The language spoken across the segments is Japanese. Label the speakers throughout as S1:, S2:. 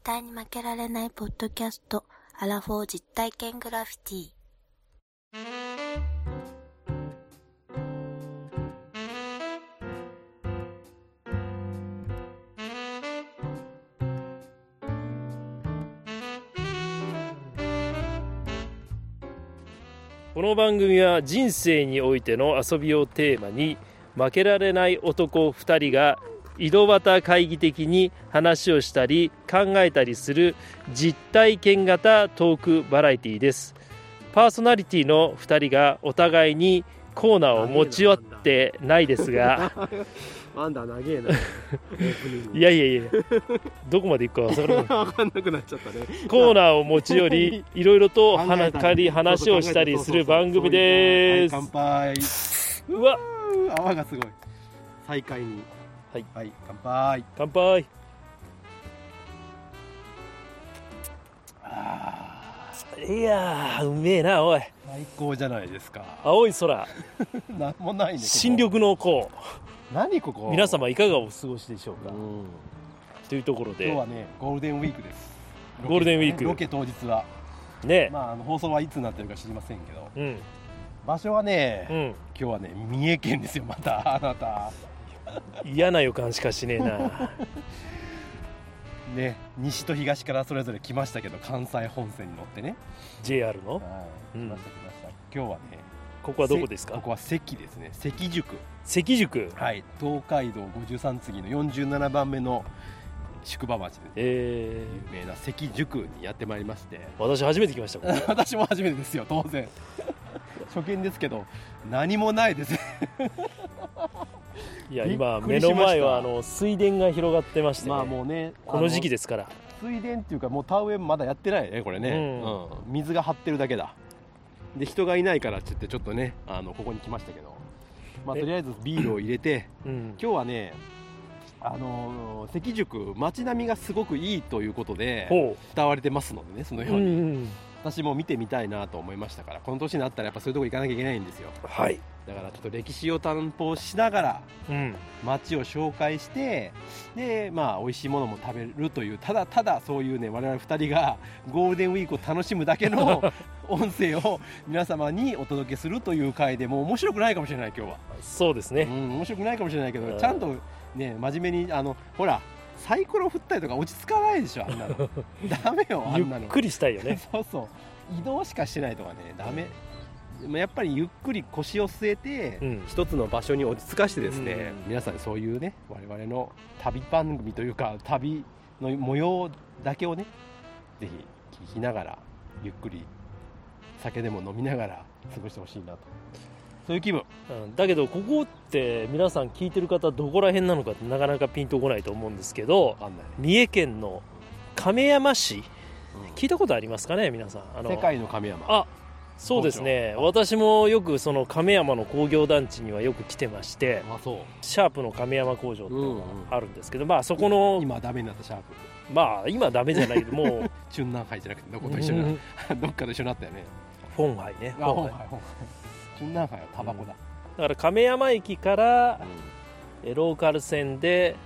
S1: 対に負けられないポッドキャスト、アラフォー実体験グラフィティ。
S2: この番組は人生においての遊びをテーマに、負けられない男2人が井戸端会議的に話をしたり考えたりする実体験型トークバラエティです。パーソナリティの2人がお互いにコーナーを持ち寄ってないですが
S3: あんだ長えな
S2: いやどこまで行くか分
S3: かんなくなっちゃったね。
S2: コーナーを持ち寄りいろいろと話をしたりする番組です。
S3: 乾杯。
S2: うわ
S3: 泡がすごい。再開にはい、乾杯。
S2: 乾杯。いやーうめえな。おい
S3: 最高じゃないですか。
S2: 青い空
S3: なんもないね。
S2: 新緑のこう
S3: 何ここ。
S2: 皆様いかがお過ごしでしょうか。というところで
S3: 今日はねゴールデンウィークです。
S2: ゴールデンウィーク
S3: ロケ当日は
S2: ね。
S3: まあ放送はいつになってるか知りませんけど、場所は
S2: 今
S3: ね、日はね三重県ですよ。またあなた
S2: 嫌な予感しかしねえな
S3: ね、西と東からそれぞれ来ましたけど、関西本線に乗ってね
S2: JR の、
S3: 来ました。今日はね、
S2: ここはどこですか。
S3: ここは関ですね。関宿。
S2: 関宿、
S3: はい、東海道53次の47番目の宿場町で、有名な関宿にやってまいりまして、
S2: 私初めて来ました
S3: 私も初めてですよ、当然初見ですけど何もないです
S2: いや今目の前は水田が広がってまして、ね、
S3: まあもうね
S2: この時期ですから。
S3: 水田っていうかもう田植えまだやってないねこれね、水が張ってるだけだ。で人がいないからって言ってちょっとねここに来ましたけど、まあとりあえずビールを入れて、今日はね関宿街並みがすごくいいということで伝われてますのでね、そのように、私も見てみたいなと思いましたから、この年になったらやっぱそういうとこ行かなきゃいけないんですよ。
S2: はい。
S3: だからちょっと歴史を探訪しながら、街を紹介して、でまあ美味しいものも食べるという、ただただそういうね我々2人がゴールデンウィークを楽しむだけの音声を皆様にお届けするという回で、もう面白くないかもしれない今日は。
S2: そうですね、
S3: 面白くないかもしれないけど、ちゃんとね真面目にほらサイコロ振ったりとか落ち着かないでしょ、あんなのダメよ、あんなの
S2: ゆっくりしたいよね
S3: そう移動しかしてないとかねダメ。やっぱりゆっくり腰を据えて、一つの場所に落ち着かしてですね、皆さんそういうね我々の旅番組というか旅の模様だけをねぜひ聞きながらゆっくり酒でも飲みながら過ごしてほしいなと、そういう気分、
S2: だけどここって皆さん聞いてる方どこら辺なのかってなかなかピンとこないと思うんですけど、三重県の亀山市、聞いたことありますかね皆さん。
S3: 世界の亀山。
S2: そうですね、私もよくその亀山の工業団地にはよく来てまして、シャープの亀山工場っていうのがあるんですけど、まあそこの
S3: 今ダメになったシャープ、
S2: まあ今ダメじゃないけどもう
S3: チュンナンハイじゃなくてどこと一緒にどっかと一緒になったよね。
S2: フォンハイね。
S3: チュンナンハイはタバコだ。
S2: だから亀山駅から、ローカル線で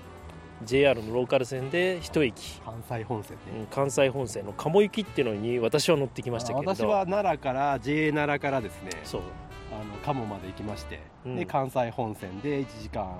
S2: JR のローカル線で一駅、
S3: 関西本線ね、
S2: 関西本線の鴨行きっていうのに私は乗ってきましたけれど、
S3: 私は奈良から J 奈良からですね、
S2: そう
S3: 鴨まで行きまして、で関西本線で1時間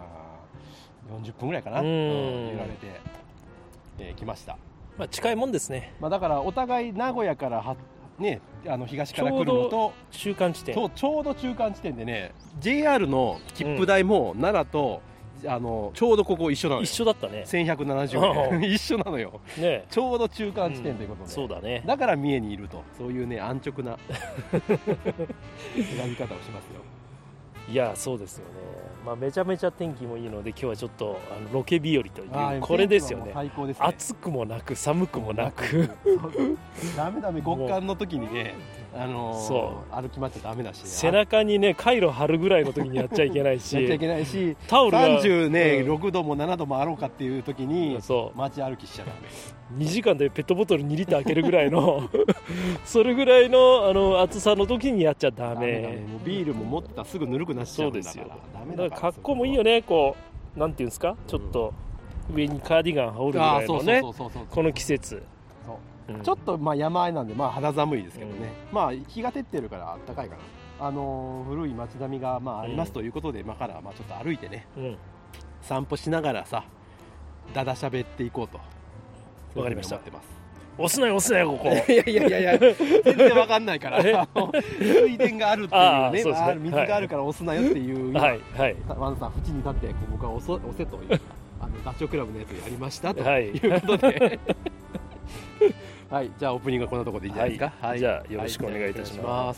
S3: 40分ぐらいかな揺られて、来ました。
S2: まあ近いもんですね。
S3: まあだからお互い名古屋からね東から来るのと
S2: 中間地点、
S3: そうちょうど中間地点でね JR の切符代も奈良とちょうどここ一緒なのよ。
S2: 一緒だったね。
S3: 1170円一緒なのよ、
S2: ね、
S3: ちょうど中間地点ということで、
S2: そうだね。
S3: だから三重にいると、そういうね安直な選び方をしますよ。
S2: いやそうですよね、まあ、めちゃめちゃ天気もいいので今日はちょっとロケ日和というこれですよね。
S3: 最高ですね。
S2: 暑くもなく寒くもなく
S3: ダメ極寒の時にねそう歩き回っちゃダメだし、
S2: 背中にねカイロ貼るぐらいの時にやっちゃいけないし
S3: やっちゃいけないし、
S2: タオルが
S3: 36度も7度もあろうかっていう時に街歩きしちゃダメ。
S2: 2時間でペットボトル2リッター開けるぐらいのそれぐらいの暑さの時にやっちゃダメ。
S3: もうビールも持ってたらすぐぬるくなっちゃうんだから。
S2: そうですよ。だから格好もいいよね。こうなんていうんですか、ちょっと上にカーディガン羽織るぐらいのね、この季節
S3: そう、ちょっとまあ山あいなんでまあ肌寒いですけどね、まあ日が照ってるから暖かいかな。古い街並みがまあありますということで、今からまあちょっと歩いてね、散歩しながらさだだしゃべっていこうと。
S2: わかりました。
S3: 思ってます。
S2: 押すなよ押すなよここ。
S3: いや全然わかんないから水田があるっていうね、水があるから押すなよっていうワンさん縁に立って僕は押せというダチョウ倶楽部のやつやりましたということではい、じゃあオープニングはこんなところでいいんじゃないですか。
S2: はい、じゃあよろしくお願いいたします。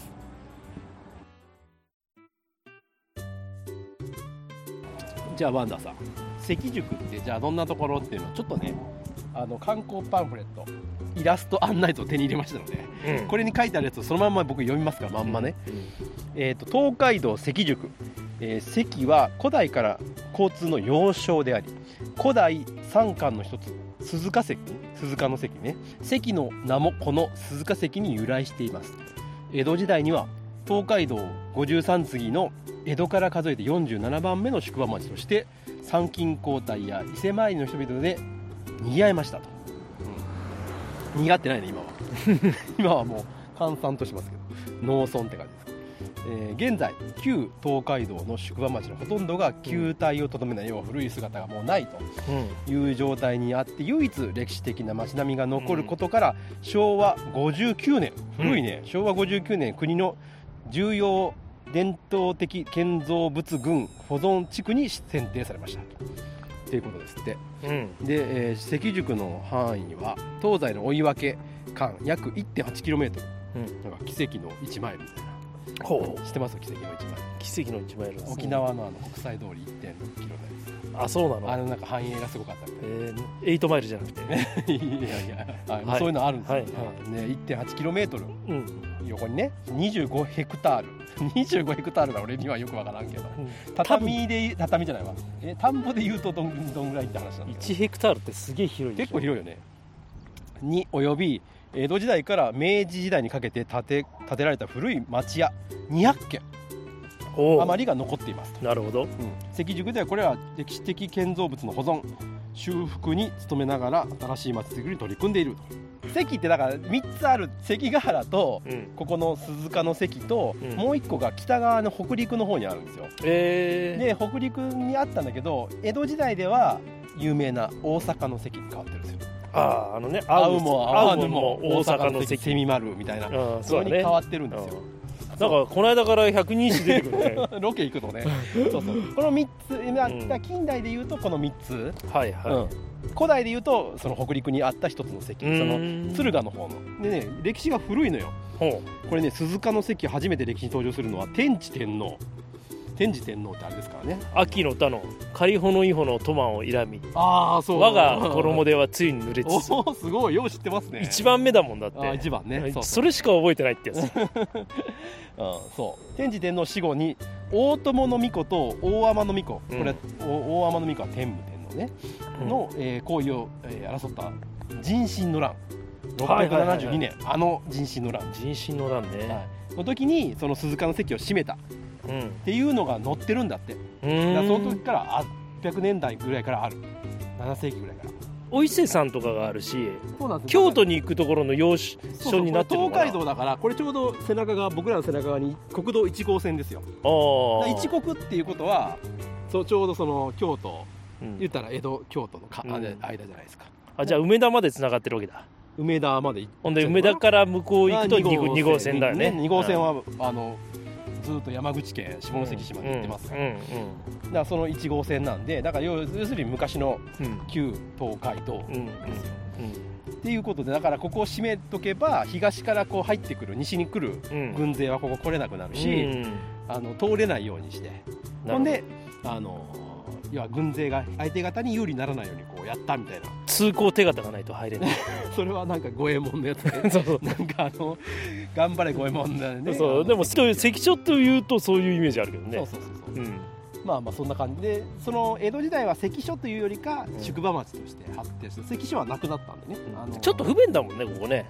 S3: じゃあワンダーさん、関宿ってじゃあどんなところっていうのをちょっとね、観光パンフレットイラスト案内図を手に入れましたので、これに書いてあるやつをそのまんま僕読みますから、まんまね、東海道関宿、関は古代から交通の要衝であり、古代三冠の一つ鈴鹿関、鈴鹿の関ね、関の名もこの鈴鹿関に由来しています。江戸時代には東海道53次の江戸から数えて47番目の宿場町として参勤交代や伊勢参りの人々で賑わいましたと。賑わってないね今は今はもう閑散としますけど農村って感じです。現在旧東海道の宿場町のほとんどが旧体をとどめない、要は古い姿がもうないという状態にあって、唯一歴史的な町並みが残ることから、昭和59年、古いね、昭和59年国の重要伝統的建造物群保存地区に選定されましたということですって。で、関宿の範囲は東西の追い分け間約 1.8km、なんか奇跡の1マイルみたいな。知ってます？奇跡の1マイル。
S2: 奇跡の1マイルですね。
S3: 沖縄の国際通り 1.6km です。
S2: あ、そうなの。
S3: なんか繁栄がすごかったみたい。
S2: 8マイルじゃなくて
S3: いや、そういうのあるんですよね。1.8km、横にね25ヘクタール25ヘクタールだ俺にはよくわからんけど、畳じゃないわ、田んぼで言うとどんぐらいって話なんだよ。
S2: 1ヘクタールってすげえ広いでしょ。
S3: 結構広いよね。に及び江戸時代から明治時代にかけて建てられた古い町屋200軒余りが残っていますと。
S2: なるほど、
S3: 関宿ではこれは歴史的建造物の保存修復に努めながら新しい町づくりに取り組んでいると。関ってだから3つある、関ヶ原と、ここの鈴鹿の関と、もう1個が北側の北陸の方にあるんですよ。で北陸にあったんだけど、江戸時代では有名な大阪の関に変わってるんですよ。
S2: あのね、
S3: 会うも大阪の関、セミ丸みたいな、それに変わってるんですよ。
S2: なんかこの間から100人一出てくるね
S3: ロケ行くとねそうこの3つ、近代でいうとこの3つ、古代でいうとその北陸にあった一つの関、その敦賀の方のでね、歴史が古いのよ。これね、鈴鹿の関初めて歴史に登場するのは天智天皇ってあれですからね。
S2: 秋の歌の仮穂の伊穂のトマを睨み、
S3: そう
S2: 我が衣ではついに濡れつつ。
S3: すごいよう知ってますね。
S2: 1番目だもんだって。
S3: 1番ね。
S2: それしか覚えてないってやつ
S3: そう天智天皇死後に大友皇子と大天皇子、これ大天皇子は天武天皇ねの皇位を争った壬申の乱、672年、壬申の乱ね、の時にその鈴鹿の関を占めたっていうのが載ってるんだって。その時から800年代ぐらいからある、7世紀ぐらいから。
S2: お伊勢さんとかがあるし、京都に行くところの要所になってるのかな。
S3: 東海道だから、これちょうど背中側、僕らの背中側に国道1号線ですよ。一国っていうことはちょうどその京都、言ったら江戸京都の間じゃないですか。
S2: じゃあ梅田までつながってるわけだ。
S3: 梅田まで行って、
S2: ほんで梅田から向こう行くと2号線だよね。
S3: 2号線はずっと山口県下関市まで行ってますから、だからその1号線なんで、だから要するに昔の旧東海道ですよ、っていうことで、だからここを閉めとけば東からこう入ってくる西に来る軍勢はここ来れなくなるし、通れないようにして、ほんで要は軍勢が相手方に有利にならないようにこうやったみたいな。
S2: 通行手形がないと入れない
S3: それはなんか五右衛門のやつでなんか頑張れ五右衛門だよね。
S2: でも関所というとそういうイメージあるけどね。
S3: まあそんな感じで、その江戸時代は関所というよりか宿場町として発展して、関所はなくなったんでね、
S2: ちょっと不便だもんねここね。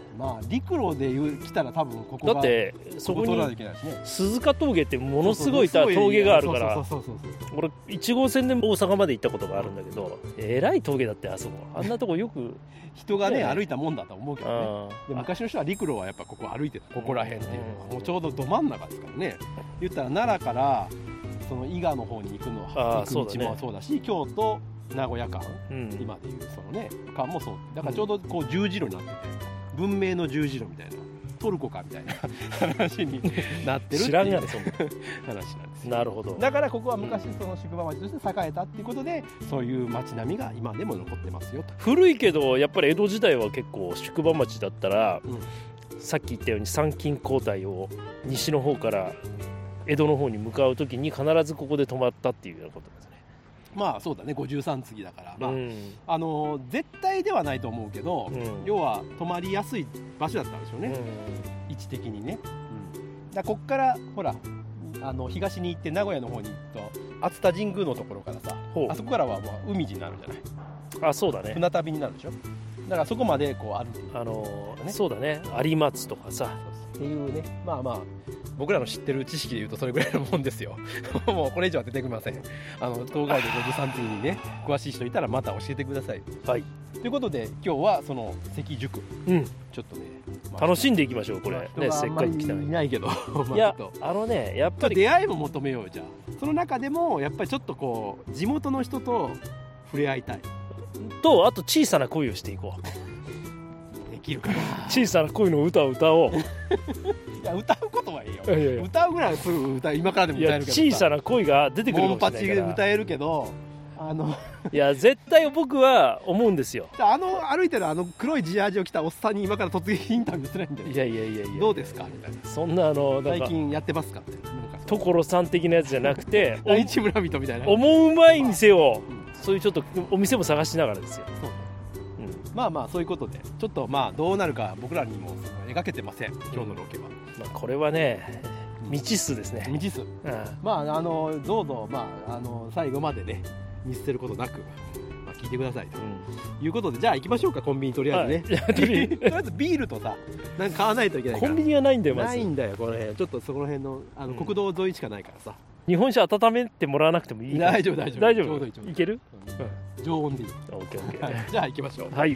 S3: まあ陸路で来たら多分ここが
S2: だってそこに
S3: 取らなきゃいけないしね。
S2: 鈴鹿峠ってものすごい峠があるから、俺1号線で大阪まで行ったことがあるんだけど、えらい峠だってあそこ、あんなとこよく
S3: 人がね歩いたもんだと思うけどね。で昔の人は陸路はやっぱここ歩いてた、ここら辺っていうのはもうちょうどど真ん中ですからね。言ったら奈良からその伊賀の方に行くのは行く道もそうだし、京都名古屋間、今でいうそのね間もそうだから、ちょうどこう十字路になってて、文明の十字路みたいな、トルコかみたいな話になってるっていう、ね、
S2: 知らんがなそんな
S3: 話なんですよ。
S2: なるほど。
S3: だからここは昔その宿場町として栄えたっていうことで、そういう町並みが今でも残ってますよと。
S2: 古いけどやっぱり江戸時代は結構宿場町だったら、さっき言ったように参勤交代を西の方から江戸の方に向かう時に必ずここで泊まったっていうようなことですね。
S3: まあそうだね、53次だから、まあ絶対ではないと思うけど、要は泊まりやすい場所だったんでしょうね、位置的にね。だこっからほら東に行って名古屋の方に行くと熱田神宮のところからさ、あそこからはもう海地になるじゃない。
S2: あ、そうだね。
S3: 船旅になるでしょ。だからそこまでこう歩いて
S2: そうだね、有松とかさ
S3: っていうね、まあまあ僕らの知ってる知識でいうとそれぐらいのもんですよもうこれ以上は出てきません。東海道53次にね詳しい人いたらまた教えてください。はい、ということで今日はその関宿、ちょっとね、
S2: 楽しんでいきましょうこれ、ね、せっかく来たのに。
S3: いないけど
S2: いやね、やっぱり
S3: 出会いも求めよう。じゃあその中でもやっぱりちょっとこう地元の人と触れ合いたい
S2: と、あと小さな恋をしていこう。
S3: できるかな。
S2: 小さな恋の歌を歌おう
S3: いや歌うことはいいよ。いや歌うぐらいすぐ今からでも歌えるけど、
S2: 小さな恋が出てくるかもしれないから。モンパチで歌
S3: えるけど
S2: いや絶対僕は思うんですよ。
S3: 歩いてる黒いジャージを着たおっさんに今から突撃インタビューしてないんで、
S2: いや
S3: どうですかみたいな、
S2: そんな
S3: 最近やってますかみたいな、
S2: 所さん的なやつじゃなくて
S3: 第一村人みたいな
S2: 思うまい店を、そういうちょっとお店も探しながらですよ。そう
S3: ね、まあまあそういうことでちょっとまあどうなるか僕らにも描けてません、今日のロケは。
S2: これはね未知数ですね。
S3: 未知数、まあどうぞ、まあ最後までね見捨てることなく、聞いてくださいということで、じゃあ行きましょうか。コンビニとりあえずね、とりあえずビールとさなんか買わないといけないから。
S2: コンビニはないんだよ。まず
S3: ないんだよこの辺、ちょっとそこら辺の国道沿いしかないからさ。
S2: 日本酒温めてもらわなくてもいい？
S3: 大丈夫大丈夫
S2: 大丈夫、いける？
S3: 常温でいい。
S2: オッケーオッケー。
S3: じゃあ行きましょう。
S2: はい。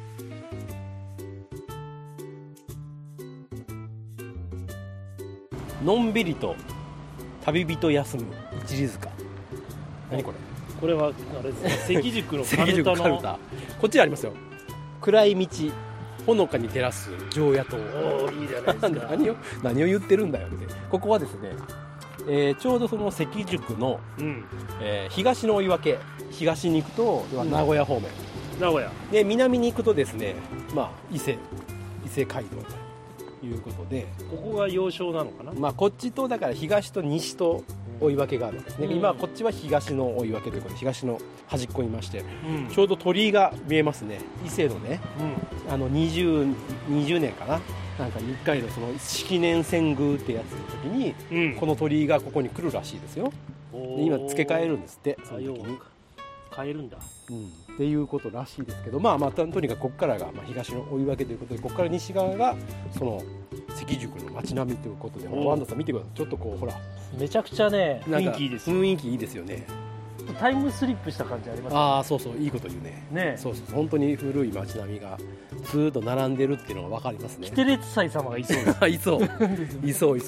S3: のんびりと旅人休む一里塚。何これ？
S2: これはあれですね、関宿のカルタの
S3: こっちありますよ。暗い道ほのかに照らす常夜灯。
S2: いいじゃないですか
S3: 何を言ってるんだよって。ここはですね、ちょうどその関宿の、東の追分、東に行くと名古屋方面、
S2: 名古屋
S3: で南に行くとですね、まあ伊勢街道ということで、
S2: ここが要衝なのかな。
S3: まあこっちとだから東と西と追分があるんですね。今こっちは東の追分ということで東の端っこにいまして、ちょうど鳥居が見えますね。伊勢のね、20年かな、なんか1回のその式年遷宮ってやつの時に、この鳥居がここに来るらしいですよ。で今付け替えるんですって。その時に
S2: 変えるんだ、
S3: っていうことらしいですけど、まあとにかくここからが東の追分ということで、ここから西側がその関宿の街並みということで、ワンダさん見てください。ちょっとこうほら
S2: めちゃくちゃね雰囲気いいです。
S3: 雰囲気いいですよね。
S2: タイムスリップした感じありますね。
S3: ああそうそう、いいこと言うね。そう本当に古い街並みがずーっと並んでるっていうのが分かりますね。
S2: キテレツ祭様がいそうです
S3: いそう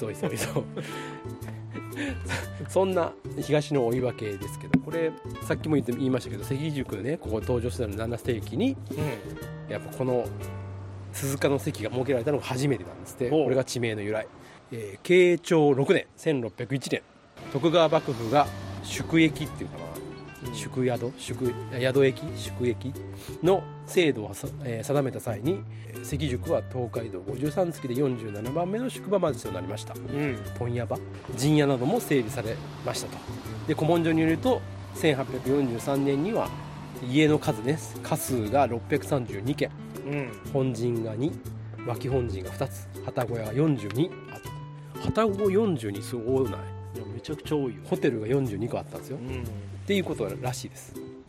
S3: そんな東の追分ですけど、これさっきも言いましたけど、関宿ね、ここ登場したの7世紀に、やっぱこの鈴鹿の関が設けられたのが初めてなんですって。これが地名の由来。慶長6年1601年、徳川幕府が宿駅っていうかな、宿駅の制度を定めた際に、関宿は東海道53月で47番目の宿場町となりました。問屋場、陣屋なども整備されましたと。で古文書によると1843年には家の数ね、家数が632軒、本陣が2、脇本陣が2つ、旅籠屋が42あった。旅籠42すごいない？
S2: めちゃくちゃ多いよ、ね。
S3: ホテルが42個あったんですよ、っていうことらしいです。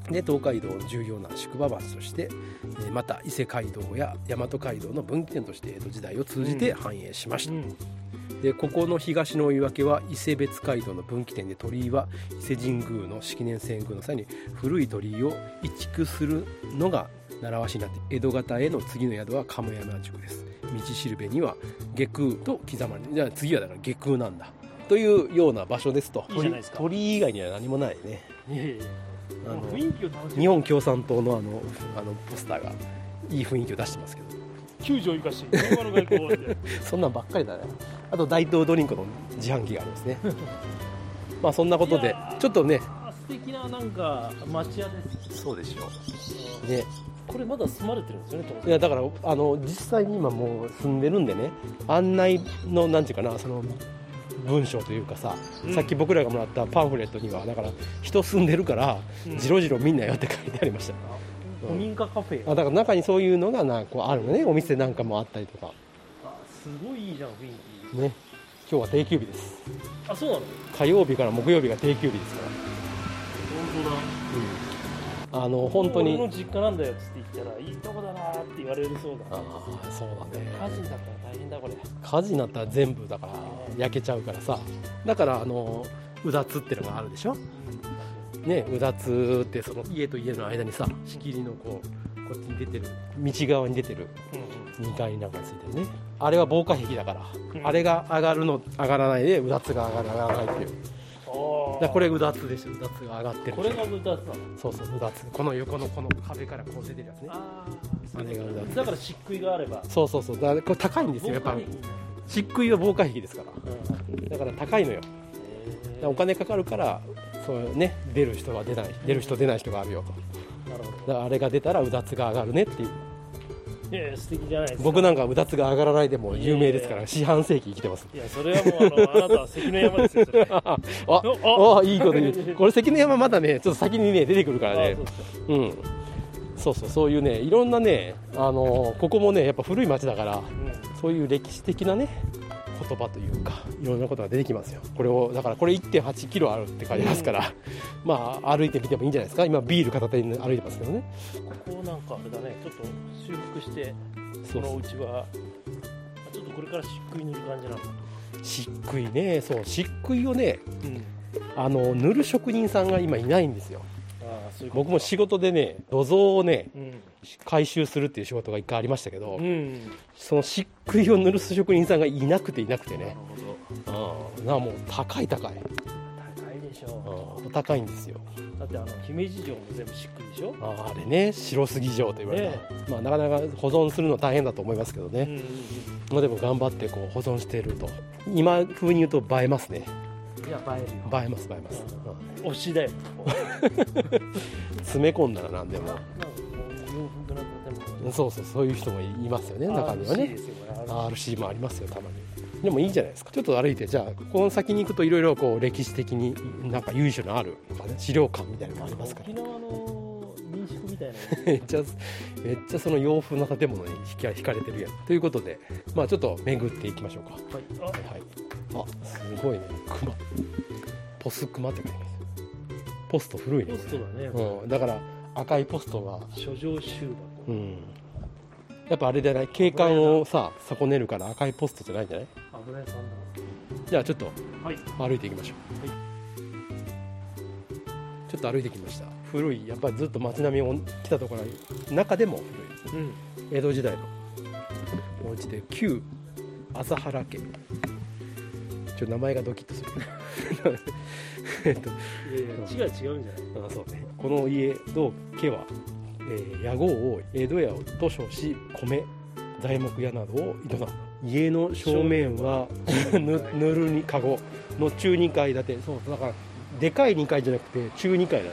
S3: で東海道の重要な宿場町として、また伊勢街道や大和街道の分岐点として江戸時代を通じて繁栄しました、でここの東の追分けは伊勢別街道の分岐点で、鳥居は伊勢神宮の式年遷宮の際に古い鳥居を移築するのが習わしになって、江戸方への次の宿は鴨山宿です。道しるべには下空と刻まれて、じゃあ次はだから下空なんだというような場所ですと。
S2: いいじゃないですか。
S3: 鳥居以外には何もないね。
S2: いやいやいや、雰囲気を楽しむ。
S3: 日本共産党のポスターがいい雰囲気を出してますけど、
S2: 9条生かし平和の外交って
S3: そんなんばっかりだね。あと大東ドリンクの自販機がありますねまあそんなことでちょっとね、
S2: 素敵ななんか町屋です。
S3: そうでしょうね。
S2: これまだ住まれてるんですよね。
S3: いやだから実際に今もう住んでるんでね、案内のなんていうかな、その文章というかさ、さっき僕らがもらったパンフレットにはだから人住んでるから、じろじろみんなよって書いてありました。
S2: 古民家カフェ。
S3: だから中にそういうのがこうあるのね、お店なんかもあったりとか。
S2: すごいいいじゃん雰囲気。
S3: ね、今日は定休日です。
S2: あ、そうなの？
S3: 火曜日から木曜日が定休日ですから。
S2: 本当だ。
S3: 本当に。
S2: 俺の実家なんだよって言ったらいいとこだなって言われるそうだ。
S3: ああ、そうだね。
S2: 火事になったら大変だこれ。
S3: 火事になったら全部だから焼けちゃうからさ。だからうだつってのがあるでしょ。ね、うだつってその家と家の間にさ、仕切りのこっちに出てる道側に出てる2階なんかについてるね。あれは防火壁だから、あれが上がらないでうだつが上がらないっていう。だこれうだつですよ。うだつが上がってる。
S2: これがうだつなの？
S3: そうそう、うだつ。この横のこの壁からこう出てるやつね。あれがうだつ。
S2: だから漆喰があれば。
S3: そうそうそう。だからこれ高いんですよやっぱり。漆喰は防火壁ですから。だから高いのよ。お金かかるからそうね、出る人出ない人があるよと。なるほど。だからあれが出たらうだつが上がるねっていう。
S2: 素敵じゃないですか。
S3: 僕なんかうだつが上がらないでも有名ですから、四半世紀生きてます。
S2: いやそれはもうあなたは関の山ですよそれ
S3: いいこと言う。これ関の山まだねちょっと先にね出てくるからね。そういうねいろんなねここもねやっぱ古い町だから、そういう歴史的なね言葉というかいろんなことが出てきますよ。これをだからこれ 1.8 キロあるって書いてますから、まあ歩いてみてもいいんじゃないですか。今ビール片手に歩いてますけどね。
S2: ここなんかあれだね、ちょっと修復してそのうちはちょっとこれから漆喰塗る感じなの。
S3: 漆喰ね、そう漆喰をね、塗る職人さんが今いないんですよ。僕も仕事でね土蔵をね、回収するっていう仕事が一回ありましたけど、その漆喰を塗る職人さんがいなくてね。もう高いでしょ。高いんですよ。
S2: だって姫路城も全部漆喰でしょ。
S3: あれね、白杉城と言われた、まあなかなか保存するの大変だと思いますけどね、まあでも頑張ってこう保存していると、今風に言うと映えますね。
S2: いや映えるよ。
S3: 映えます。
S2: 推しだよ
S3: 詰め込んだら何でも。そういう人もいますよね、中にはね。RC もありますよ、たまに。でもいいじゃないですか。ちょっと歩いて、じゃあこの先に行くといろいろこう歴史的になんか由緒のある資料館みたいなのがありますから。
S2: 沖縄の民宿みたいな
S3: めっちゃその洋風な建物に惹かれてるやんということで、まあちょっと巡っていきましょうか。あ、すごいね。熊ポス熊って書いてます。ポスト古いね。
S2: ポストだね。
S3: だから赤いポストが
S2: 書状集
S3: 団。やっぱあれじゃない、景観をさ損ねるから赤いポストじゃないんじゃない？
S2: 危ないさんだ。
S3: じゃあちょっと歩いていきましょう。ちょっと歩いてきました。古い、やっぱりずっと街並みを来たところの中でも古い、江戸時代のお家で旧朝原家。名前がドキッとする
S2: 違うんじゃない？
S3: そうね。この家の家は屋号を江戸屋と称し、米材木屋などを営んだ。家の正面はぬるにかごの中2階建て。そうだからでかい2階じゃなくて中2階なんです。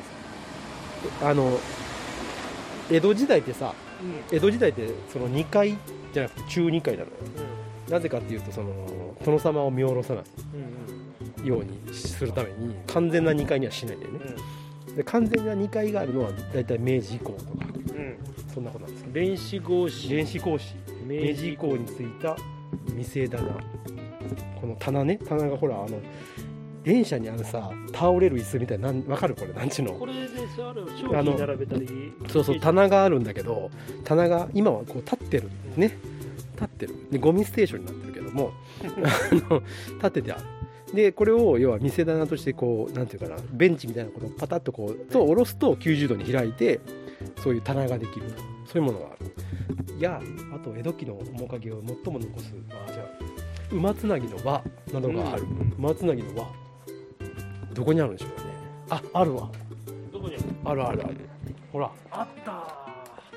S3: 江戸時代ってさ、江戸時代ってその2階じゃなくて中2階なのよ。なぜかっていうと、その殿様を見下ろさないようにするために完全な2階にはしないんだよね。で完全な2階があるのはだいたい明治以降とか、そんなことなんですけど、
S2: 連枝格子
S3: 明治以降についた店棚、この棚ね、棚がほら電車にあるさ倒れる椅子みたいな、わかるこれなんちゅうの、
S2: これである商品並べたり、
S3: そう棚があるんだけど、棚が今はこう立ってるね、立ってるでゴミステーションになってるけども立ててある。でこれを要は見せ棚としてこうなんていうかな、ベンチみたいなことをパタッとこうと下ろすと90度に開いて、そういう棚ができる、そういうものがある。いや、あと江戸期の面影を最も残す、じゃあ馬つなぎの輪などがある、馬つなぎの輪どこにあるんでしょうね。あるわ。
S2: どこに
S3: ある。ほら
S2: あった。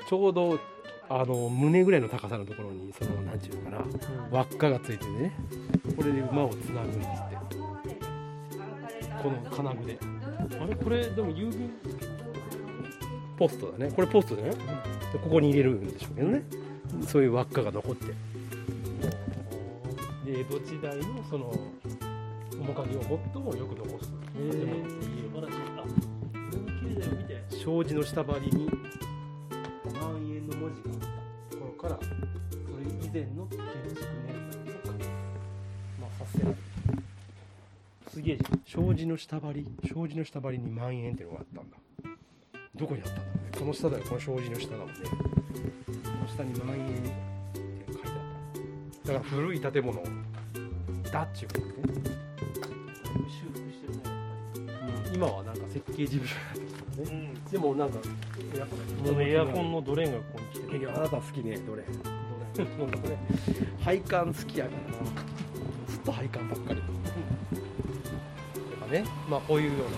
S3: ちょうど胸ぐらいの高さのところにそのなんていうのかな、輪っかがついてね、これで馬をつなぐんですって。この金具で。
S2: あれこれでも郵便
S3: ポストだね。これポストだね。でここに入れるんでしょうけどね。そういう輪っかが残って。で江戸時代のその面影を最もよく残す。
S2: いいお話。あ、綺麗だよ、見て。
S3: 障子の下張りに万円の文字があったところから、それ以前の建築年代とか、させられる。すげえじゃん。障子の下張りに万円っていうのがあったんだ。どこにあったんだろうね。この下だよ、この障子の下だもんね。この下に万円って書いてあった。だから古い建物だっちゅうことね。
S2: 修復してるね。
S3: 今はなんか設計事務所になってますね。でもなんか
S2: このエアコンのドレーンがここに来てる。
S3: あなた好きね、ドレ配管好きやからな。ずっと配管ばっかりとかね。こういうような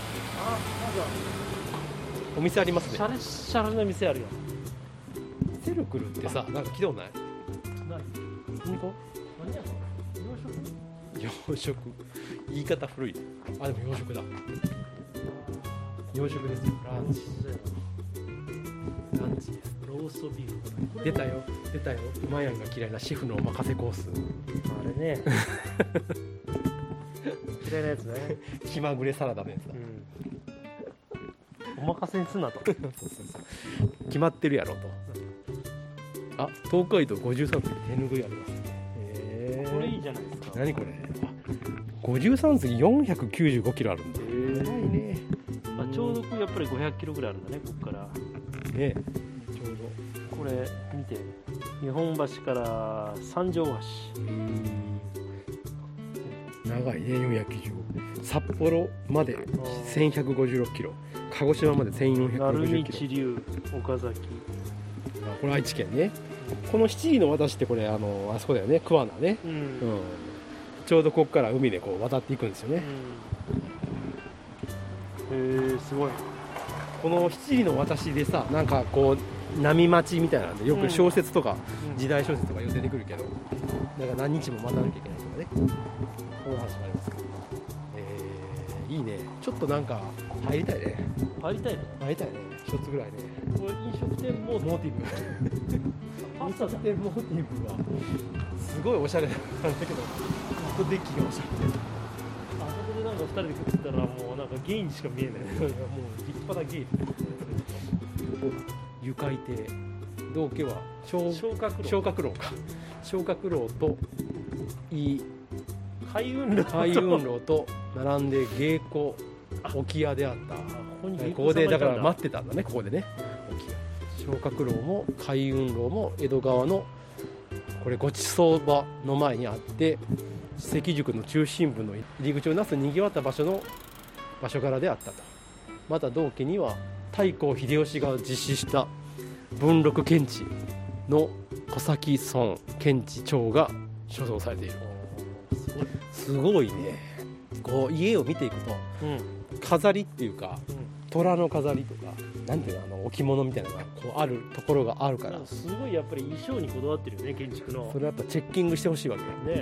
S3: お店ありますね。
S2: シャレシャレな店あるよ。
S3: セルクルってさ、なんか聞いたことない？
S2: ない。
S3: 本当？
S2: 何やろ？
S3: 洋食。言い方古い。あ、でも洋食だ。洋食ですよ。ランチです。
S2: ローストビーフ。
S3: 出たよ。マヤンが嫌いなシェフのお任せコース。
S2: あれね。嫌いなやつね。
S3: 気まぐれサラダのやつだ。
S2: お任せにすなと。
S3: そう決まってるやろと。あ、東海道53次手拭いありますね。
S2: これいいじゃないですか。
S3: 何これ。53次495キロあるんだ。長いね。
S2: ちょうどやっぱり500キロぐらいあるんだね、ここから
S3: ね。ちょう
S2: どこれ見て、日本橋から三条橋。
S3: 長いね。495。札幌まで1156キロ、鹿児島まで1460キロ。
S2: 鳴海地流岡崎。
S3: これ愛知県ね。この七里の渡しってこれあそこだよね、桑名ね。ちょうどここから海でこう渡っていくんですよね。
S2: すごい。
S3: この七里の渡しでさ、なんかこう波待ちみたいなんでよく小説とか、時代小説とかよく出てくるけど、なんか何日も待たなきゃいけないとかね、こういう話もありますけど、いいね。ちょっとなんか入りたいね。
S2: 入りたいね。
S3: 一つぐらいね。
S2: これ飲食店モーティブ。
S3: 飲食店モーティブはすごいおしゃれなんだけど、ホットデッキがおしゃれ。
S2: あそこでなんか2人で食ってたらもうなんかゲイにしか見えない。
S3: もう立派なゲイ。湯海亭。道家は昇格楼か。昇格楼と
S2: 海運楼
S3: と並んで芸妓置き屋であった。ここでだから待ってたんだね。ここでね。昇格楼も海運楼も江戸川のこれごちそう場の前にあって、関宿の中心部の入り口をなすにぎわった場所柄であったと。また同家には太閤秀吉が実施した文禄検地の小崎村検地帳が所蔵されている。すごいね。こう家を見ていくと、飾りっていうか、虎の飾りとか、なんていうの、置物みたいなのがこうあるところがあるから、
S2: すごいやっぱり衣装にこだわってるよね、建築の。
S3: それやっぱチェッキングしてほしいわけね。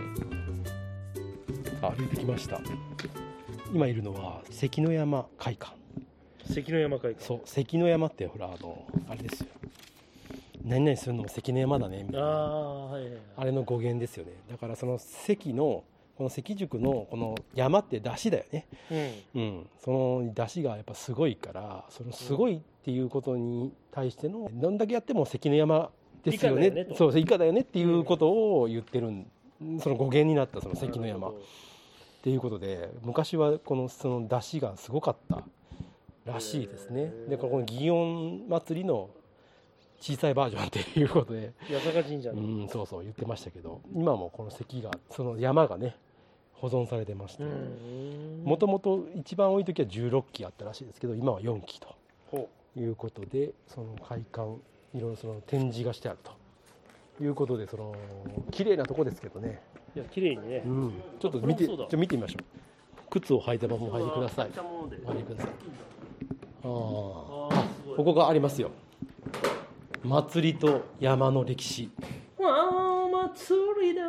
S3: 歩いてきました。今いるのは関の山会館。
S2: 関の山会館。
S3: そう、関の山ってほらあれですよ。何々するのも関の山だねみたいな。あれの語源ですよね。だからその関のこの関宿のこの山って出汁だよね。その出汁がやっぱすごいから、そのすごいっていうことに対してのどんだけやっても関の山ですよね。そう、以下だよねっていうことを言ってるその語源になったその関の山。っっていうことで昔はその出汁がすごかったらしいですね。でこの祇園祭の小さいバージョンっていうことで
S2: 八坂神社の、
S3: そうそう言ってましたけど、今もこの関がその山がね保存されてまして、もともと一番多い時は16基あったらしいですけど、今は4基ということで、その会館いろいろその展示がしてあるということで、その綺麗なとこですけどね。
S2: いや綺麗にね、
S3: ちょっと見てみましょう。靴を履いたままお入りください。お入りください。ここがありますよ。祭りと山の歴史。
S2: 祭りだ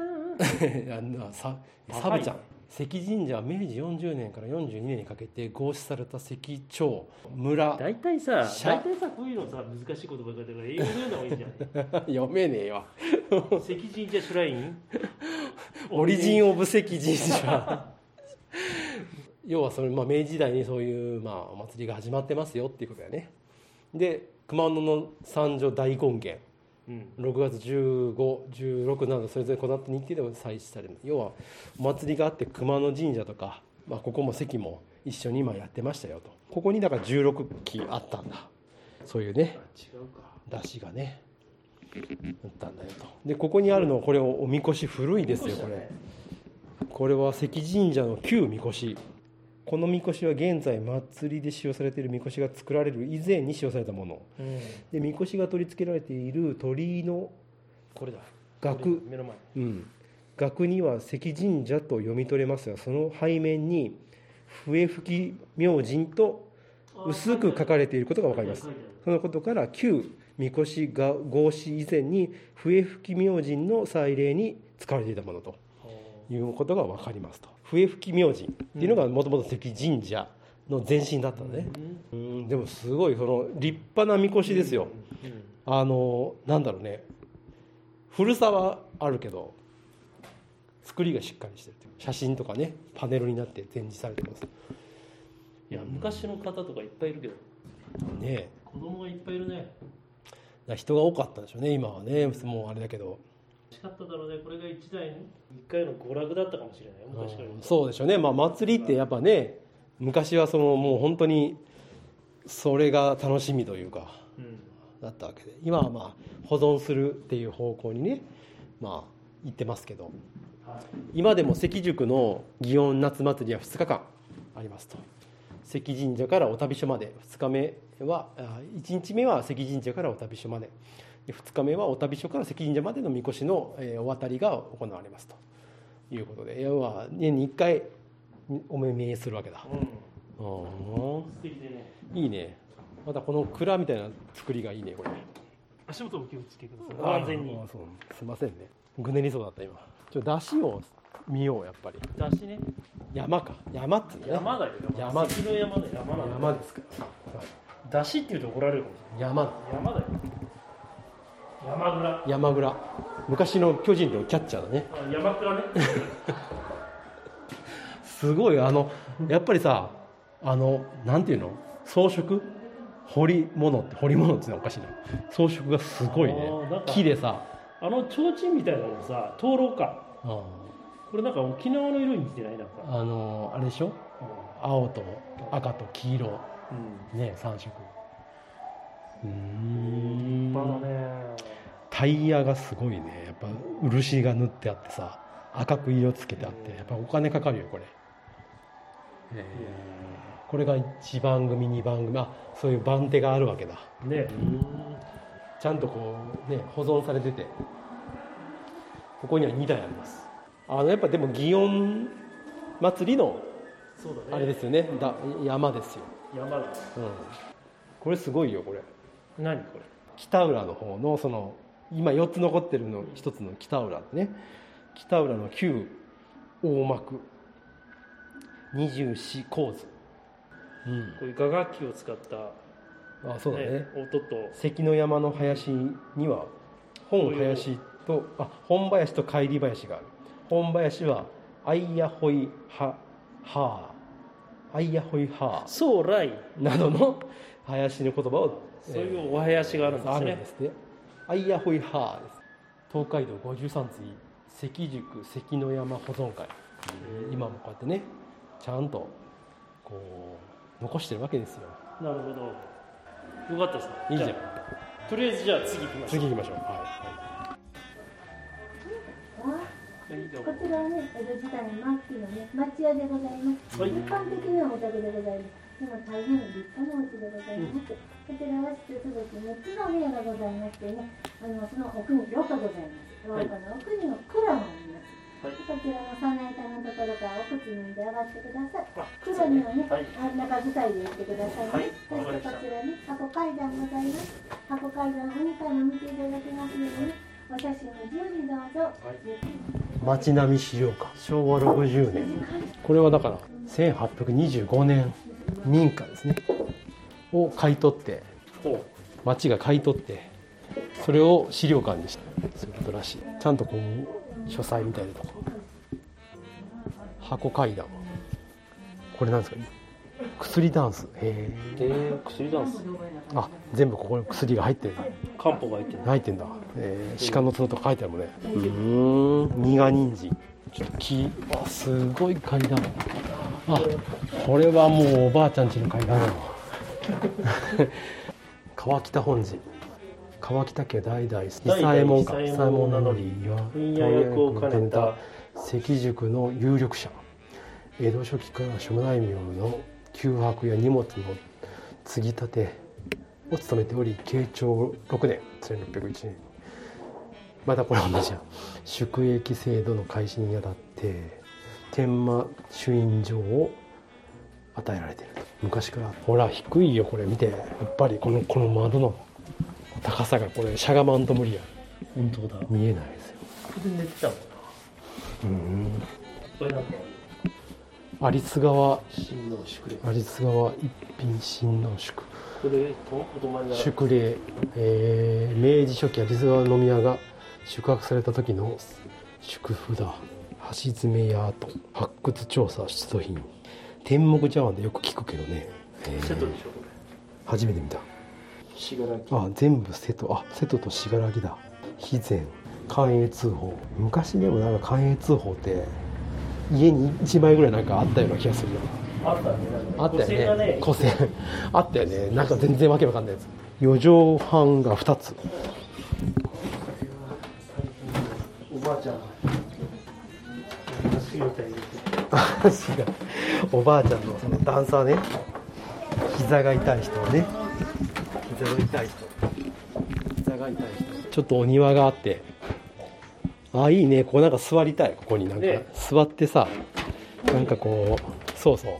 S3: サブちゃん、関神社は明治40年から42年にかけて合祀された関町村。
S2: 大体さこういうのさ難しい言葉が出るから英語で読んだ方がいいんじゃない
S3: 読めねえわ
S2: 関神社シュライン
S3: オリジンオブ関神社要はそれ、明治時代にそういう、お祭りが始まってますよっていうことやね。で熊野の三女大権現、6月15、16などそれぞれこの後日程でも祭祀される。要はお祭りがあって熊野神社とか、ここも関も一緒に今やってましたよと。ここにだから16基あったんだ、そういうね出汁がねあったんだよと。でここにあるのはこれおみこし古いですよ。これは関神社の旧みこし。このみこしは現在祭りで使用されているみこしが作られる以前に使用されたもの、でみこしが取り付けられている鳥居の
S2: これだ
S3: 額、
S2: 目の前、
S3: 額には関神社と読み取れますが、その背面に笛吹明神と薄く書かれていることが分かります。そのことから旧みこしが合祀以前に笛吹明神の祭礼に使われていたものということが分かりますと。笛吹明神っていうのがもともと関神社の前身だったのね。でもすごいその立派なみこしですよ。なんだろうね、古さはあるけど作りがしっかりしてる。写真とかねパネルになって展示されてます。
S2: いや昔の方とかいっぱいいるけど
S3: ね、
S2: 子供がいっぱいいるね。
S3: 人が多かったでしょうね。今はねもうあれだけど
S2: 欲しかっただろうね。これが一台に一回の娯楽だったかもしれない昔から。
S3: そうでしょうね。祭りってやっぱね、昔はもう本当にそれが楽しみというか、だったわけで、今は保存するっていう方向にね行ってますけど、今でも関宿の祇園夏祭りは2日間ありますと。関神社からお旅所まで、2日目は1日目は関神社からお旅所まで、2日目はお旅所から関神社までのみこしのお渡りが行われますということで、要は年に1回お目見えするわけだ。
S2: 素敵でね。
S3: いいね。またこの蔵みたいな作りがいいね。これ
S2: 足元も気をつけてください。安全に。
S3: すいませんね、ぐねりそうだった今。出汁を見よう。やっぱり
S2: 出汁ね。
S3: 山か、山ってね。
S2: 山だよ。山関の山だよ。
S3: 山ですか。
S2: 出汁って言うと怒られるかもしれない。山だよ。
S3: 山倉。昔の巨人のキャッチャーだね。
S2: 山倉ね。
S3: すごいやっぱりさ、なんていうの、装飾彫り物っていうのはおかしいな。装飾がすごいね。木でさ、
S2: 提灯みたいなのさ、灯籠か。これなんか沖縄の色に似てない？なんか
S3: あれでしょ、青と赤と黄色、ね、3色。
S2: 立派だね。
S3: タイヤがすごいね。やっぱ漆が塗ってあってさ、赤く色つけてあって、やっぱお金かかるよこれ。これが1番組2番組、そういう番手があるわけだね。ちゃんとこうね保存されてて、ここには2台あります。やっぱでも祇園祭りのあれですよね。山ですよ。
S2: 山だ。
S3: これすごいよこれ。
S2: 何これ？
S3: 北浦の方のその今4つ残ってるの一つの北浦ね。北浦の旧大幕24構図。
S2: こういう雅楽器を使った
S3: そうだね。
S2: 音と
S3: 関の山の林には本林と帰り林がある。本林はアイヤホイハハー、アイヤホイハー、
S2: ソーライ
S3: などの林の言葉を、
S2: そういうお囃子があるんですね。
S3: あるんですね。アイヤホイハーです。東海道53次関宿関の山保存会。 今もこうやってねちゃんとこう残してるわけですよ。
S2: なるほど。よかったですね。
S3: いいじゃん。
S2: とりあえずじゃあ次行きましょう。
S3: 次行きましょう。はい
S4: こちらはね、江戸時代の末期のね、町屋でございます。一般的なお宅でございます。でも大変立派なお家でございます。こちらは室続き6つの部屋がございましてね、その奥に廊下ございます。廊下の奥にも蔵もあります。こちらの3内板のところからお靴脱いで上がってください。蔵にはね、中伝いで行ってくださいね。そしてこちらね、箱階段ございます。箱階段を2回も見ていただきますのでね、お写真の自由にどうぞ。
S3: 町並み資料館、昭和60年。これはだから1825年民家ですねを買い取って、町が買い取ってそれを資料館にした、そういうことらしい。ちゃんとこう書斎みたいなとこ、箱階段、これなんですか、薬ダンス。
S2: 薬ダンス。
S3: あ、全部ここに薬が入ってる。
S2: 漢方が入ってる。
S3: 入ってんだ。鹿の角とか書いてあるもんね。実が人参。ちょっと木、すごい階段。あ、これはもうおばあちゃん家の階段だわ。川北本寺。川北家代々伊佐右衛門家、伊佐右衛門名乗りは
S2: 問屋役を兼ねた
S3: 関宿の有力者。江戸初期から諸大名の旧泊や荷物の継ぎ立てを務めており、慶長6年1601年、またこれ同じや、宿役制度の開始にあたって天満朱印状を与えられていると。昔から。ほら低いよこれ見て、やっぱりこの窓の高さが、これしゃがまんと無理や。
S2: 本当だ。
S3: 見えないですよ。
S2: ここで寝てたのかな。これなんか
S3: 有栖川
S2: 親王宿礼。
S3: 有栖川一品親王宿。
S2: これお泊まりな
S3: 宿礼、明治初期有栖川宮が宿泊された時の宿札、橋爪や跡、発掘調査出土品。天目茶碗でよく聞くけどね。
S2: 瀬戸でしょこれ。
S3: 初めて見た。
S2: 信楽。
S3: あ、全部瀬戸。あ、瀬戸と信楽だ。肥前寛永通宝。昔でもなんか寛永通宝って家に1枚ぐらいなんかあったような気がするな。
S2: あったね。
S3: あったよね。古銭あったよね。なんか全然わけわかんないやつ。四畳半が2つ。
S2: おばあちゃん。
S3: おばあちゃんのその段差ね。膝が痛い人ね。膝が痛い人。ちょっとお庭があって。あ、いいね。ここなんか座りたい。ここになんか座ってさ、なんかこう、そうそう、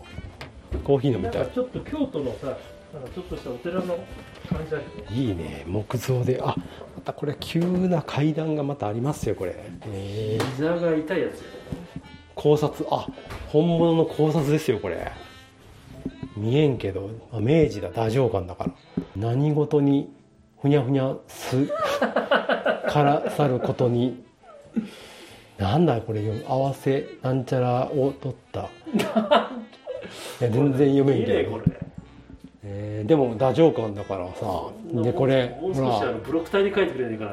S3: コーヒー飲みたい。
S2: ちょっと京都のさ、ちょっとしたお寺の感じだよね。
S3: いいね、木造で。あ、またこれ急な階段がまたありますよこれ。
S2: 膝が痛いやつ。
S3: 考察、あ、本物の考察ですよこれ。見えんけど、明治だ、太政官だから。何事にふにゃふにゃすからさることに。なんだこれ、合わせなんちゃらを取ったいや全然読めんけど、でも太政官だからさ。でこれ
S2: もう少しブロック体で書いてくれないかな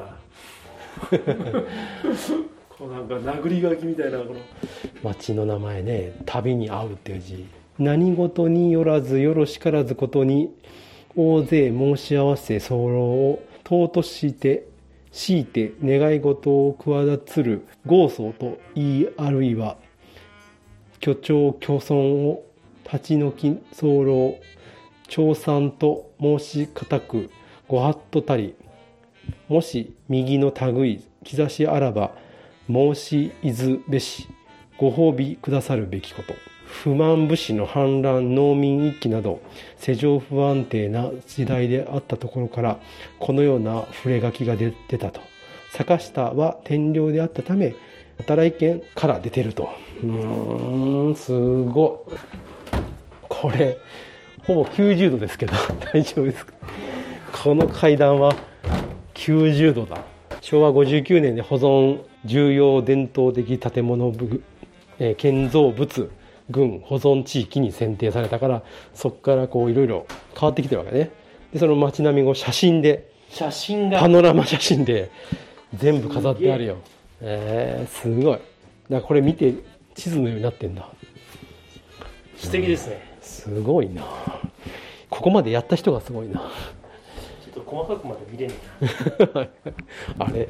S2: こうなんか殴り書きみたいな、この
S3: 町の名前ね、旅に合うっていう字。何事によらずよろしからずことに大勢申し合わせ候を尊して強いて願い事を企つる豪僧と言い、あるいは居長居村を立ち退き候長参と申し固くご法度たり、もし右の類兆しあらば申しいずべしご褒美くださるべきこと。不満武士の反乱、農民一揆など世情不安定な時代であったところからこのような触れ書きが出たと。坂下は天領であったため働い県から出てると。すごい。これほぼ90度ですけど大丈夫ですか。この階段は90度だ。昭和59年で保存重要伝統的建物部、建造物群保存地域に選定されたから、そこからこういろいろ変わってきてるわけね。でその街並みを写真がパノラマ写真で全部飾ってあるよ。すごい。だからこれ見て地図のようになってんだ。
S2: 素敵ですね。
S3: すごいな。ここまでやった人がすごいな。
S2: ちょっと細かくまで見れんね
S3: あれ。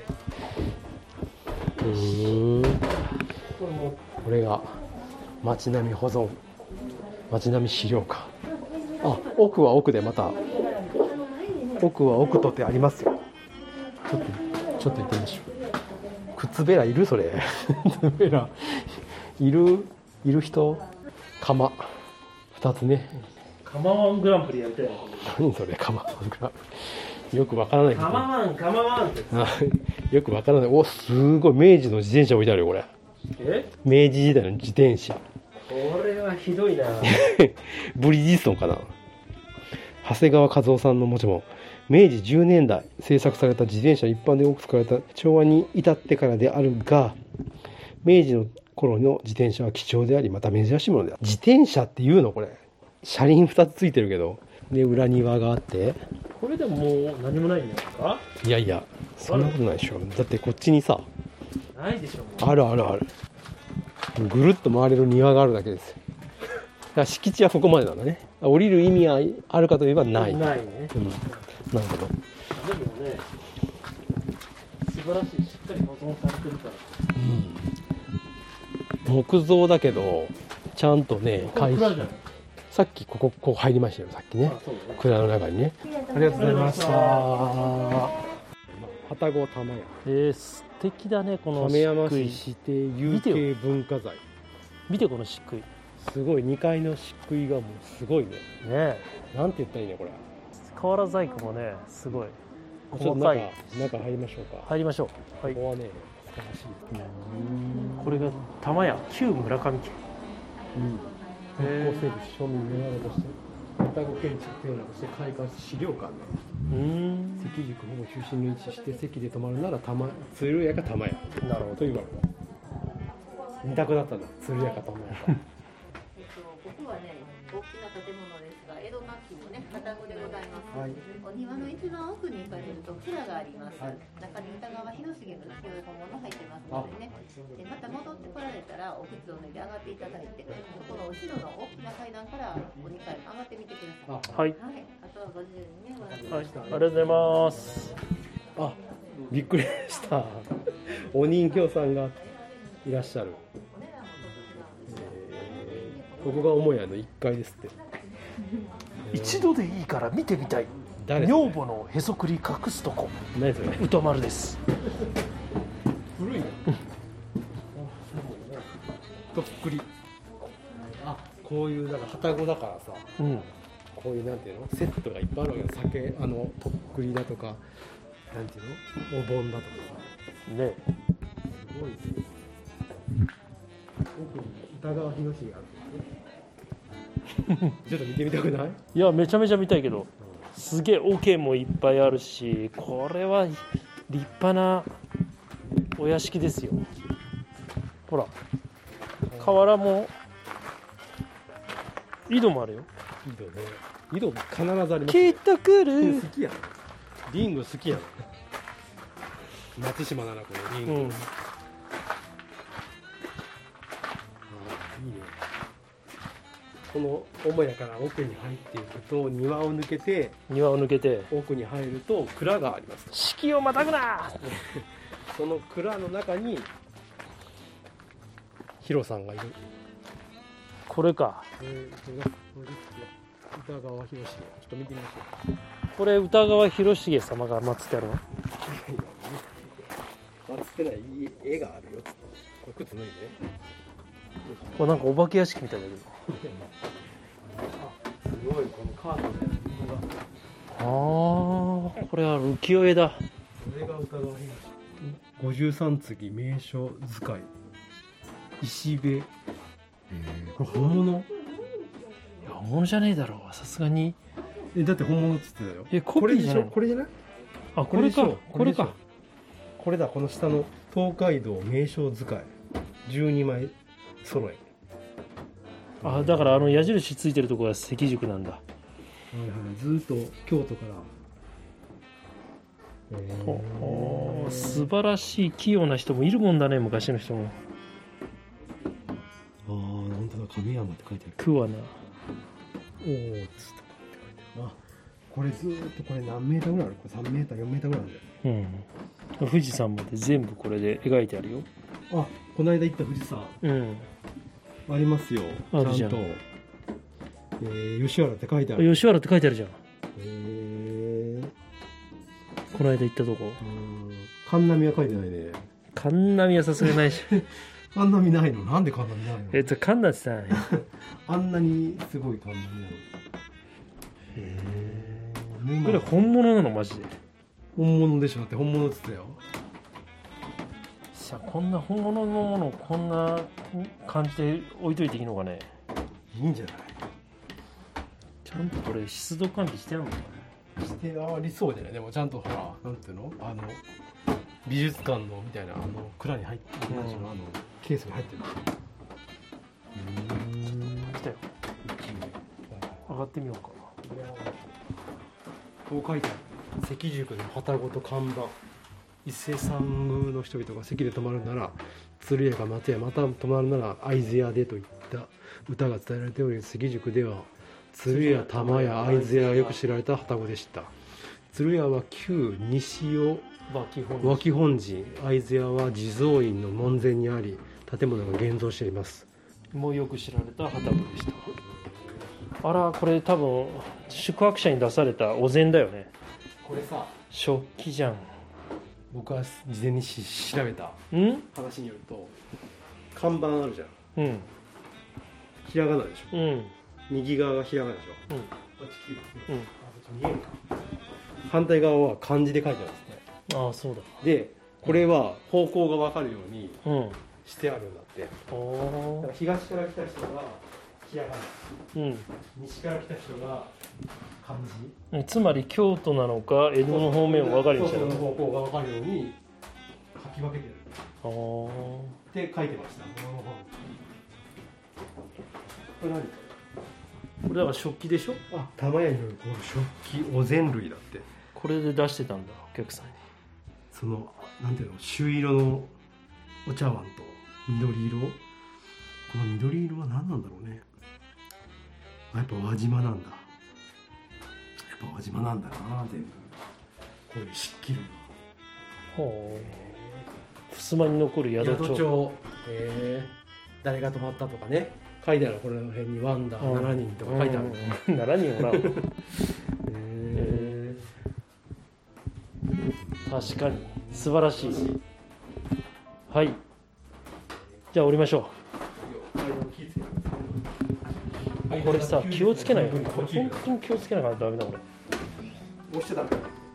S3: これが町並み保存、町並み資料館。あ、奥は奥でまた奥は奥とってありますよ。ちょっと行ってみましょう。靴べらいるそれ。靴べらいる人。釜2つね。
S2: 釜ワングランプリやりたいな。
S3: 何それ釜ワングランプリ。よくわからない。
S2: 釜ワンって
S3: よくわからない。お、すごい明治の自転車置いてあるよこれ。明治時代の自転車。
S2: これはひどいな。
S3: ブリヂストンかな。長谷川和夫さんの文字も明治10年代製作された自転車、一般で多く使われた昭和に至ってからであるが、明治の頃の自転車は貴重でありまた珍しいものである。自転車っていうのこれ。車輪2つついてるけど、で裏庭があって、
S2: これでももう何もないんですか？
S3: いやいや、そんなことないでしょ。だってこっちにさ、
S2: ないでしょ。
S3: ある。ぐるっと回れる庭があるだけですよ。だから敷地はここまでなんだね。降りる意味はあるかといえばない。
S2: ないね。
S3: なるほど。
S2: でもね、素晴らしい、しっかり保存されてるから。
S3: 木造だけどちゃんとね、さっきここ入りましたよ。さっきね、蔵の中にね。ありがとうございました。旅籠玉屋。
S2: 素敵だねこの
S3: 亀山市指定有形文化財。
S2: 見てこの漆喰。
S3: すごい、2階の漆喰がもうすごいね。
S2: ね。
S3: なんて言ったらいいねこれ。
S2: 瓦細工もねすごい。
S3: ちょっと中入りましょうか。
S2: 入りましょう。はい。
S3: ここはね素晴らしい。
S2: これが玉屋旧村上家。
S3: 復興整備庶民の宿として旅籠建築テーマとして開館し資料館で関宿ほぼ中心に位置して、席で泊まるなら鶴屋か玉屋。なるほどと言われた。2択だったんだ、鶴屋か玉屋か。
S5: 僕はね、大きな建物ですが、江戸末期のね、旅籠でございます。はい、お庭の一番奥に行かれると蔵があります。はい、中に歌川広重の清い本物入ってますのでね。でまた戻ってこられたらお靴を脱いで上がっていただいて、そこの後ろの大きな階段からお2階上がってみてください。はい。あとはご自由にね、ご覧ください。
S2: ありがとうございます。
S3: あ、びっくりした。お人形さんがいらっしゃる。ここが母屋の1階ですって。
S2: 一度でいいから見てみたい。女房のへそくり隠すとこ。
S3: 何それ。
S2: 歌丸です。
S3: 古いな。とっくり。あ、こういうなんか旅籠だからさ、こういうなんていうのセットがいっぱいあるわけよ。酒、とっくりだとか、なんていうのお盆だとかさ。ね。すごいですね。奥に歌川広重がある。ちょっと見てみたくない？
S2: いや、めちゃめちゃ見たいけど、すげえ桶もいっぱいあるし、これは立派なお屋敷ですよ。ほら、瓦も井戸もあるよ。
S3: 井戸必ずありますね。
S2: きっと来る。
S3: 好きやん。リンゴ好きやん。松島奈々子のリンゴ。いいね。この母屋から奥に入っていくと庭を抜けて奥に入ると蔵があります。
S2: 四季をまたぐな。
S3: その蔵の中にヒロさんがいる。
S2: これか。
S3: これ歌川広重。ちょっと見てみましょう。
S2: これ歌川広重様が祀ってあるの？
S3: 祀ってない絵があるよ。これ靴脱いで。
S2: これなんかお化け屋敷みたいだけど。
S3: すごい、このカードで。
S2: これは浮世絵だ。
S3: これが歌川広重。53次名所使い。石部。これ本物？い
S2: や、本物じゃねえだろう。さすがに。
S3: だって本物っつってたよ。
S2: コピーじゃない？
S3: これじゃない？
S2: あ、これか。これか。
S3: これだ、この下の東海道名所使い。12枚揃え。
S2: あ、だから矢印ついてるところが関宿なんだ。
S3: ずっと京都から
S2: 。素晴らしい器用な人もいるもんだね、昔の人も。
S3: 亀山って書いてある。
S2: 桑名。
S3: おお、つとかって書いてある。あ、これずーっとこれ何メーターぐらいある？これ3メーター4メーターぐらいあるんだよ。
S2: うん。富士山まで全部これで描いてあるよ。
S3: あ、この間行った富士山。
S2: うん。
S3: ありますよ。
S2: あるじゃん。
S3: ちゃんと、吉原って書いてある。
S2: 吉原って書いてあるじゃん。この間行ったとこ。
S3: 神波は書いてないね。
S2: 神波はさすがにないし。
S3: 神波ないの？なんで神波ないの？
S2: 神波さん。
S3: あんなにすごい神波なの。
S2: これ本物なのマジで？
S3: 本物でしょ。だって本物っつったよ。
S2: さあこんな本物のものをこんな感じで置いといていいのかね？
S3: いいんじゃない？
S2: ちゃんとこれ湿度管理してあるのかな？
S3: してありそうじゃない？でもちゃんとほら、なんていうの？美術館のみたいな蔵に入ってる、ケースに入ってる。
S2: 来たよ。上がってみようか。
S3: こう書いてある。関宿の旅籠と看板。伊勢山宮の人々が関で泊まるなら鶴屋か松屋、また泊まるなら会津屋でといった歌が伝えられており、関宿では鶴屋、玉屋、会津屋がよく知られた旅籠でした。鶴屋は旧西尾脇本陣、会津屋は地蔵院の門前にあり建物が現存しています。
S2: もうよく知られた旅籠でした。あら、これ多分宿泊者に出されたお膳だよね。
S3: これさ、
S2: 食器じゃん。
S3: 僕は事前に調べた話によると、看板あるじゃん。ひらがなでしょ。右側がひらがなでしょ。見えるか。反対側は漢字で書いてあるんですね。
S2: ああ、そうだ。
S3: で、これは方向が分かるようにしてあるんだって。だから東から来た人がひらがな、西から来た人が漢字。
S2: つまり京都なのか江戸の方面を分かるようにしてる。
S3: 方向が分かるように書き分けてる。って書いてました。これ何？
S2: これだから食器でしょ。
S3: あ、玉屋による食器、お膳類だって。
S2: これで出してたんだ、お客さんに。
S3: そのなんていうの、朱色のお茶碗と緑色、この緑色は何なんだろうね。やっぱ輪島なんだ。輪島なんだな、全部。こういう漆器類。
S2: ほう。襖に残る宿帳。
S3: 誰が泊まったとかね。書いてある。この辺にワンダー7人とか書いてある。
S2: 7人おらん。確かに素晴らしい。はい。じゃあ降りましょう。これさ、気をつけないよ。これ本当に気をつけなきゃダメだこれ。
S3: 押しちゃダメ。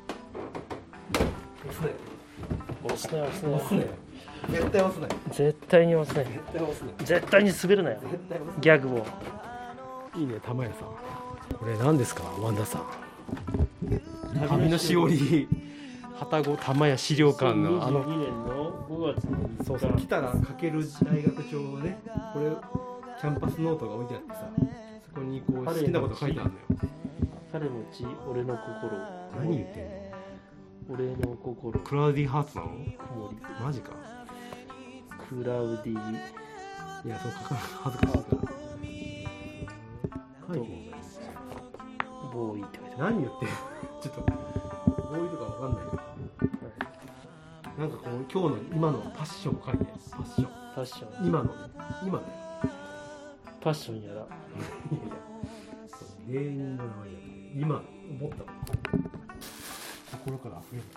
S2: 押すね。
S3: 絶対押すない。
S2: 絶対に押すね。絶対に滑るなよ。ギャグを。
S3: いいね、玉屋さん。これ何ですか、ワンダさん。旅のしおり。旅籠玉屋資料館の
S2: 2年の5月の
S3: そう来たら書ける大学帳をね、これキャンパスノートが置いてあってさ、そこにこう好きなこと書いてあるのよ。
S2: 彼の血、俺の心。
S3: 何言ってんの？
S2: 俺の心。
S3: クラウディハーツなの？マジか。
S2: クラウディ。
S3: いや、そう書かない、恥ずかしいから。書いてるんだよ。
S2: ボーイって書いてある。
S3: 何言ってんの？ちょっとボーイとかわかんないよ。なんかこう今日の今のパッションを書いて、パッション今の
S2: パッションやら
S3: 芸人の名前だと今思った心から溢れる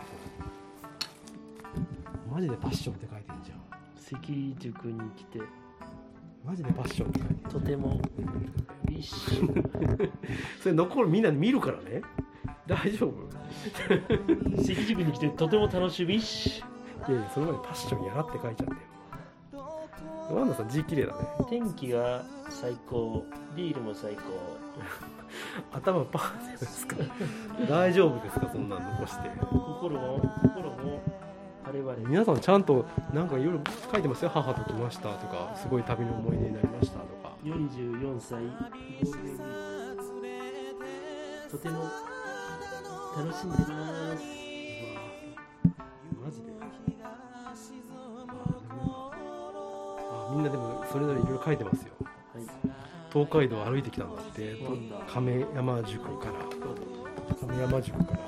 S3: マジでパッションって書いてんじゃん。
S2: 関宿に来て
S3: マジでパッションって書いてる。
S2: とても一緒
S3: それ残るみんな見るからね。大丈夫？
S2: 関宿に来てとても楽しみし。
S3: いやいや、その前にパッションやらって書いちゃってよ。ワンダさん字綺麗だね。
S2: 天気が最高、ビールも最高。
S3: 頭パーですか？大丈夫ですか、そんなの残して。
S2: 心も晴れ晴れ。
S3: 皆さんちゃんとなんかいろいろ書いてますよ。母と来ましたとか、すごい旅の思い出になりましたとか。
S2: 44歳ゴールデンウィークとても楽しんでます。
S3: マジで。みんなでもそれぞれいろいろ書いてますよ。 東海道を歩いてきたんだって。亀山塾から。亀山塾から。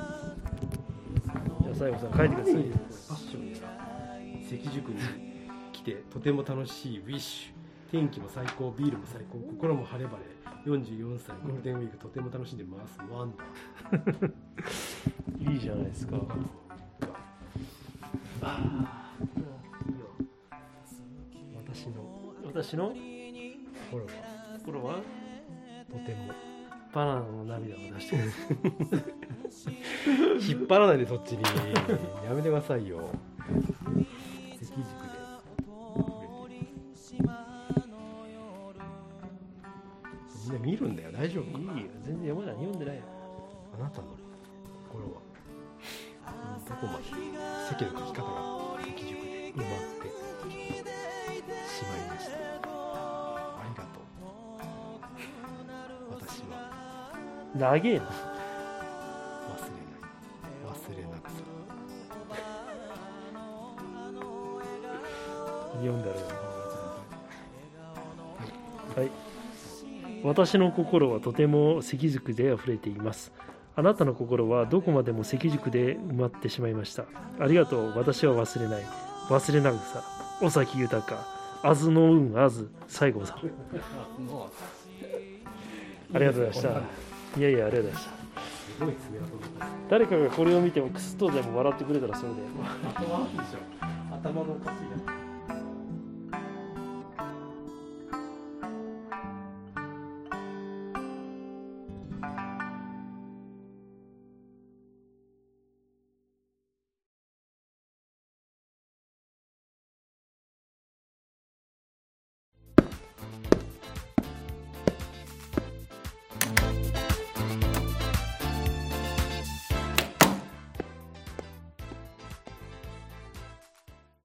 S2: じゃあ西郷さん書いてください。
S3: ファッションや関宿に来てとても楽しいウィッシュ。天気も最高、ビールも最高、心も晴れ晴れ。44歳ゴールデンウィークとても楽しんでます。ワンダ
S2: ー。いいじゃないですか。私の心は
S3: とても
S2: バナナの涙を出してます
S3: 引っ張らないでそっちにやめてくださいよ。関宿でみんな見るんだよ。大丈夫？
S2: いいよ、全然読んでないよ。
S3: あなたの心はどこまで席の書き方が関宿で埋まってしまいました。ありがとう。私は
S2: 長えな。
S3: 忘れなくさ。
S2: 読んだらはい。私の心はとても関宿で溢れています。あなたの心はどこまでも関宿で埋まってしまいました。ありがとう。私は忘れない。忘れなくさ。尾崎豊、あずの運あず、西郷さん。ありがとうございました。いやいや、ありがとうございました。誰かがこれを見てもクスッとでも笑ってくれたらそれで。
S3: 頭のおかしいな。